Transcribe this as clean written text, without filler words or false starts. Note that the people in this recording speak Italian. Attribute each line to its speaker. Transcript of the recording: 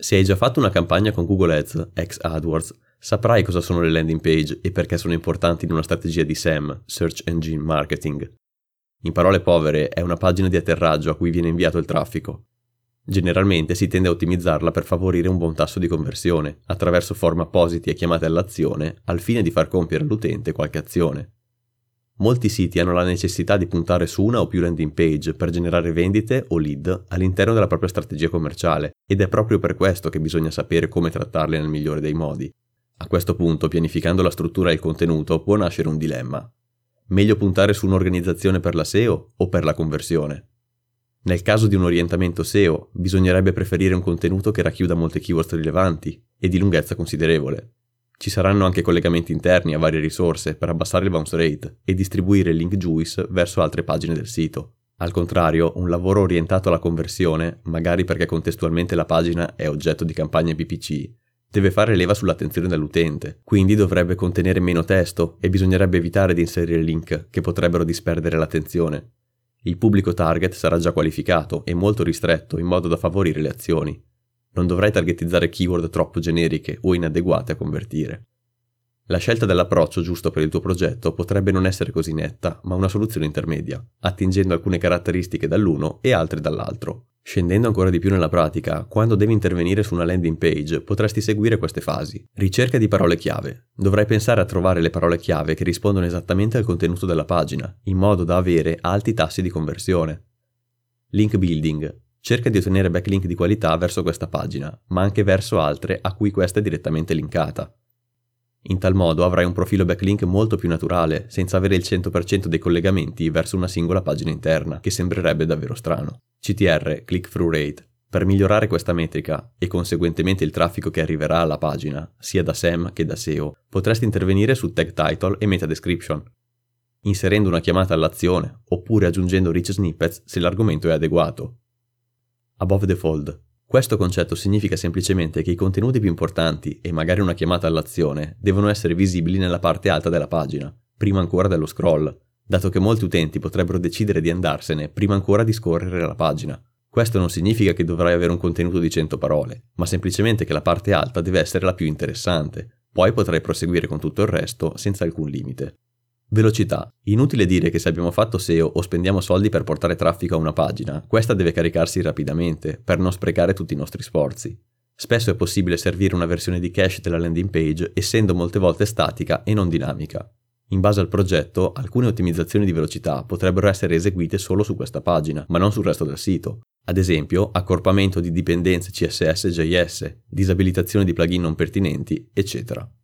Speaker 1: Se hai già fatto una campagna con Google Ads, ex AdWords, saprai cosa sono le landing page e perché sono importanti in una strategia di SEM, Search Engine Marketing. In parole povere, è una pagina di atterraggio a cui viene inviato il traffico. Generalmente si tende a ottimizzarla per favorire un buon tasso di conversione, attraverso form appositi e chiamate all'azione, al fine di far compiere all'utente qualche azione. Molti siti hanno la necessità di puntare su una o più landing page per generare vendite o lead all'interno della propria strategia commerciale, ed è proprio per questo che bisogna sapere come trattarle nel migliore dei modi. A questo punto, pianificando la struttura e il contenuto, può nascere un dilemma. Meglio puntare su un'organizzazione per la SEO o per la conversione? Nel caso di un orientamento SEO, bisognerebbe preferire un contenuto che racchiuda molte keywords rilevanti e di lunghezza considerevole. Ci saranno anche collegamenti interni a varie risorse per abbassare il bounce rate e distribuire il link juice verso altre pagine del sito. Al contrario, un lavoro orientato alla conversione, magari perché contestualmente la pagina è oggetto di campagne PPC, deve fare leva sull'attenzione dell'utente, quindi dovrebbe contenere meno testo e bisognerebbe evitare di inserire link che potrebbero disperdere l'attenzione. Il pubblico target sarà già qualificato e molto ristretto in modo da favorire le azioni. Non dovrai targetizzare keyword troppo generiche o inadeguate a convertire. La scelta dell'approccio giusto per il tuo progetto potrebbe non essere così netta, ma una soluzione intermedia, attingendo alcune caratteristiche dall'uno e altre dall'altro. Scendendo ancora di più nella pratica, quando devi intervenire su una landing page, potresti seguire queste fasi. Ricerca di parole chiave. Dovrai pensare a trovare le parole chiave che rispondono esattamente al contenuto della pagina, in modo da avere alti tassi di conversione. Link building. Cerca di ottenere backlink di qualità verso questa pagina, ma anche verso altre a cui questa è direttamente linkata. In tal modo avrai un profilo backlink molto più naturale, senza avere il 100% dei collegamenti verso una singola pagina interna, che sembrerebbe davvero strano. CTR, click-through rate. Per migliorare questa metrica, e conseguentemente il traffico che arriverà alla pagina, sia da SEM che da SEO, potresti intervenire su tag title e meta description, inserendo una chiamata all'azione, oppure aggiungendo rich snippets se l'argomento è adeguato. Above the fold. Questo concetto significa semplicemente che i contenuti più importanti e magari una chiamata all'azione devono essere visibili nella parte alta della pagina, prima ancora dello scroll, dato che molti utenti potrebbero decidere di andarsene prima ancora di scorrere la pagina. Questo non significa che dovrai avere un contenuto di 100 parole, ma semplicemente che la parte alta deve essere la più interessante, poi potrai proseguire con tutto il resto senza alcun limite. Velocità. Inutile dire che se abbiamo fatto SEO o spendiamo soldi per portare traffico a una pagina, questa deve caricarsi rapidamente, per non sprecare tutti i nostri sforzi. Spesso è possibile servire una versione di cache della landing page, essendo molte volte statica e non dinamica. In base al progetto, alcune ottimizzazioni di velocità potrebbero essere eseguite solo su questa pagina, ma non sul resto del sito. Ad esempio, accorpamento di dipendenze CSS e JS, disabilitazione di plugin non pertinenti, eccetera.